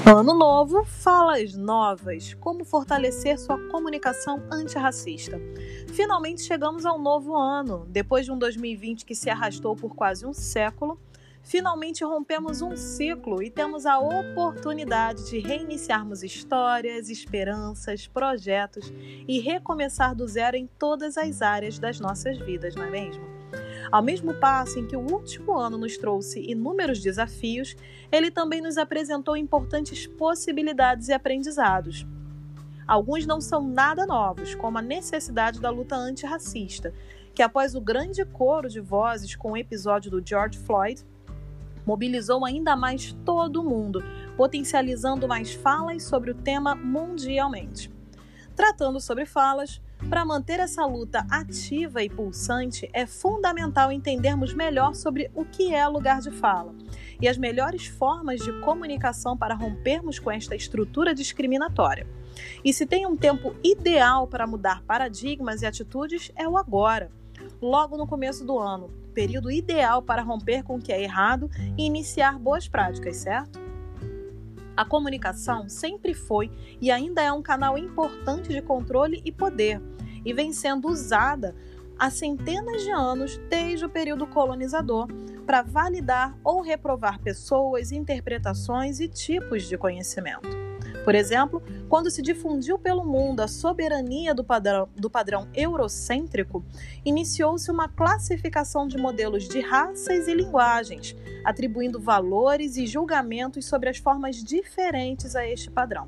Ano novo, falas novas, como fortalecer sua comunicação antirracista. Finalmente chegamos ao novo ano, depois de um 2020 que se arrastou por quase um século. Finalmente rompemos um ciclo e temos a oportunidade de reiniciarmos histórias, esperanças, projetos e recomeçar do zero em todas as áreas das nossas vidas, não é mesmo? Ao mesmo passo em que o último ano nos trouxe inúmeros desafios, ele também nos apresentou importantes possibilidades e aprendizados. Alguns não são nada novos, como a necessidade da luta antirracista, que após o grande coro de vozes com o episódio do George Floyd, mobilizou ainda mais todo mundo, potencializando mais falas sobre o tema mundialmente. Tratando sobre falas, para manter essa luta ativa e pulsante, é fundamental entendermos melhor sobre o que é lugar de fala e as melhores formas de comunicação para rompermos com esta estrutura discriminatória. E se tem um tempo ideal para mudar paradigmas e atitudes, é o agora, logo no começo do ano, período ideal para romper com o que é errado e iniciar boas práticas, certo? A comunicação sempre foi e ainda é um canal importante de controle e poder, e vem sendo usada há centenas de anos desde o período colonizador para validar ou reprovar pessoas, interpretações e tipos de conhecimento. Por exemplo, quando se difundiu pelo mundo a soberania do padrão eurocêntrico, iniciou-se uma classificação de modelos de raças e linguagens, atribuindo valores e julgamentos sobre as formas diferentes a este padrão.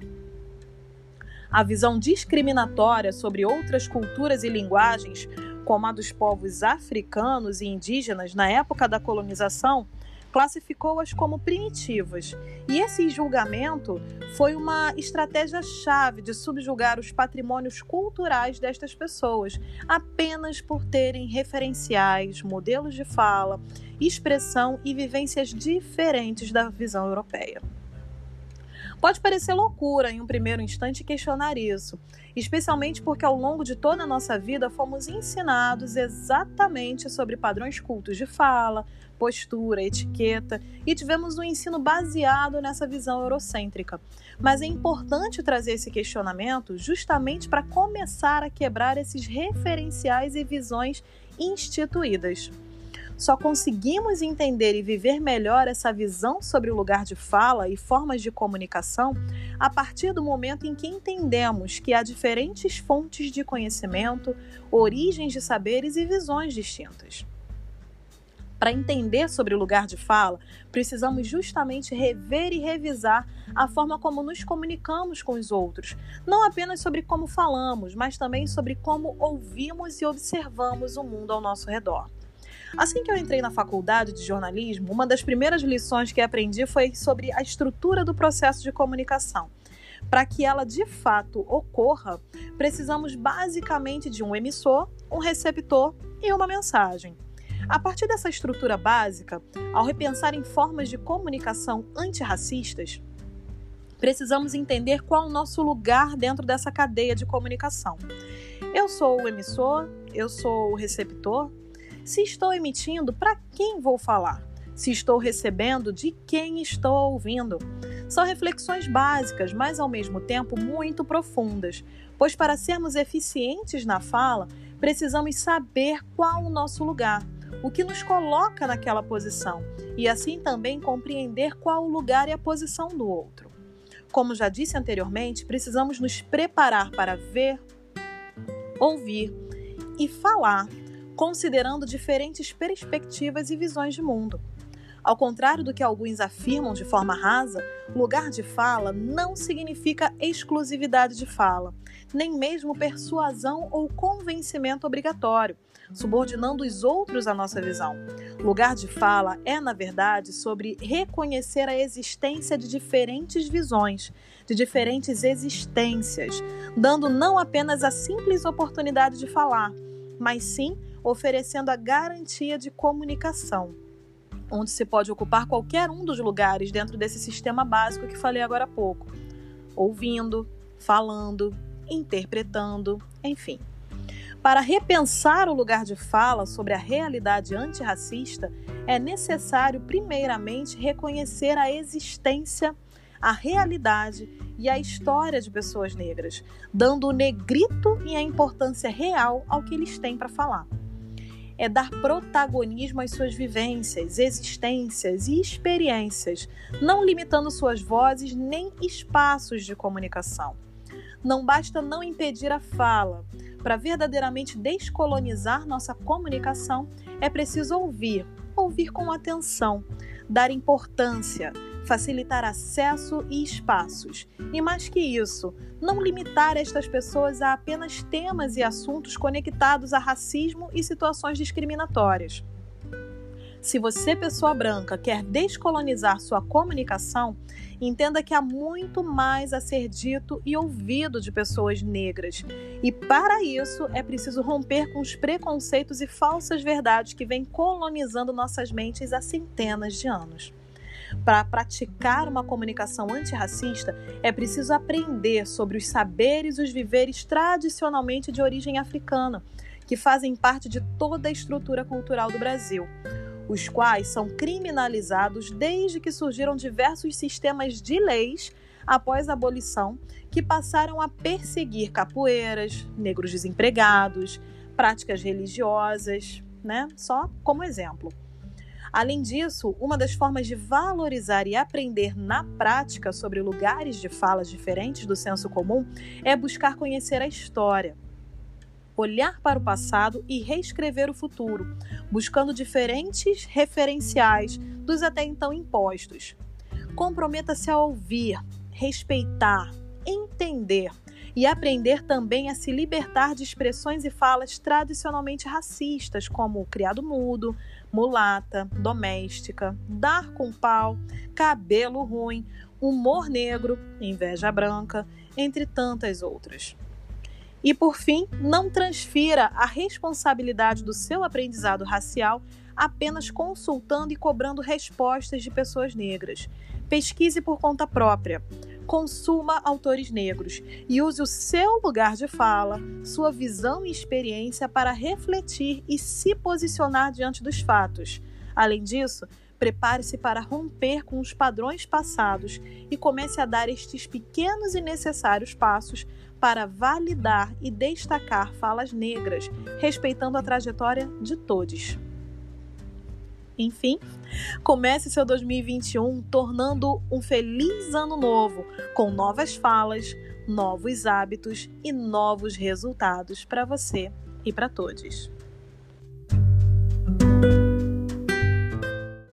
A visão discriminatória sobre outras culturas e linguagens, como a dos povos africanos e indígenas na época da colonização, classificou-as como primitivas, e esse julgamento foi uma estratégia-chave de subjugar os patrimônios culturais destas pessoas, apenas por terem referenciais, modelos de fala, expressão e vivências diferentes da visão europeia. Pode parecer loucura em um primeiro instante questionar isso, especialmente porque ao longo de toda a nossa vida fomos ensinados exatamente sobre padrões cultos de fala, postura, etiqueta e tivemos um ensino baseado nessa visão eurocêntrica. Mas é importante trazer esse questionamento justamente para começar a quebrar esses referenciais e visões instituídas. Só conseguimos entender e viver melhor essa visão sobre o lugar de fala e formas de comunicação a partir do momento em que entendemos que há diferentes fontes de conhecimento, origens de saberes e visões distintas. Para entender sobre o lugar de fala, precisamos justamente rever e revisar a forma como nos comunicamos com os outros, não apenas sobre como falamos, mas também sobre como ouvimos e observamos o mundo ao nosso redor. Assim que eu entrei na faculdade de jornalismo, uma das primeiras lições que aprendi foi sobre a estrutura do processo de comunicação. Para que ela de fato ocorra, precisamos basicamente de um emissor, um receptor e uma mensagem. A partir dessa estrutura básica, ao repensar em formas de comunicação antirracistas, precisamos entender qual é o nosso lugar dentro dessa cadeia de comunicação. Eu sou o emissor, eu sou o receptor. Se estou emitindo, para quem vou falar? Se estou recebendo, de quem estou ouvindo? São reflexões básicas, mas ao mesmo tempo muito profundas, pois para sermos eficientes na fala, precisamos saber qual o nosso lugar, o que nos coloca naquela posição, e assim também compreender qual o lugar e a posição do outro. Como já disse anteriormente, precisamos nos preparar para ver, ouvir e falar, considerando diferentes perspectivas e visões de mundo. Ao contrário do que alguns afirmam de forma rasa, lugar de fala não significa exclusividade de fala, nem mesmo persuasão ou convencimento obrigatório, subordinando os outros à nossa visão. Lugar de fala é, na verdade, sobre reconhecer a existência de diferentes visões, de diferentes existências, dando não apenas a simples oportunidade de falar, mas sim oferecendo a garantia de comunicação, onde se pode ocupar qualquer um dos lugares dentro desse sistema básico que falei agora há pouco, ouvindo, falando, interpretando, enfim. Para repensar o lugar de fala sobre a realidade antirracista, é necessário, primeiramente, reconhecer a existência, a realidade e a história de pessoas negras, dando o negrito e a importância real ao que eles têm para falar. É dar protagonismo às suas vivências, existências e experiências, não limitando suas vozes nem espaços de comunicação. Não basta não impedir a fala. Para verdadeiramente descolonizar nossa comunicação, é preciso ouvir com atenção, dar importância, facilitar acesso e espaços. E mais que isso, não limitar estas pessoas a apenas temas e assuntos conectados a racismo e situações discriminatórias. Se você, pessoa branca, quer descolonizar sua comunicação, entenda que há muito mais a ser dito e ouvido de pessoas negras. E para isso é preciso romper com os preconceitos e falsas verdades que vêm colonizando nossas mentes há centenas de anos. Para praticar uma comunicação antirracista, é preciso aprender sobre os saberes e os viveres tradicionalmente de origem africana, que fazem parte de toda a estrutura cultural do Brasil, os quais são criminalizados desde que surgiram diversos sistemas de leis após a abolição que passaram a perseguir capoeiras, negros desempregados, práticas religiosas, Só como exemplo. Além disso, uma das formas de valorizar e aprender na prática sobre lugares de falas diferentes do senso comum é buscar conhecer a história, olhar para o passado e reescrever o futuro, buscando diferentes referenciais dos até então impostos. Comprometa-se a ouvir, respeitar, entender e aprender também a se libertar de expressões e falas tradicionalmente racistas, como criado mudo, mulata, doméstica, dar com pau, cabelo ruim, humor negro, inveja branca, entre tantas outras. E, por fim, não transfira a responsabilidade do seu aprendizado racial apenas consultando e cobrando respostas de pessoas negras. Pesquise por conta própria. Consuma autores negros e use o seu lugar de fala, sua visão e experiência para refletir e se posicionar diante dos fatos. Além disso, prepare-se para romper com os padrões passados e comece a dar estes pequenos e necessários passos para validar e destacar falas negras, respeitando a trajetória de todos. Enfim, comece seu 2021 tornando um feliz ano novo, com novas falas, novos hábitos e novos resultados para você e para todos.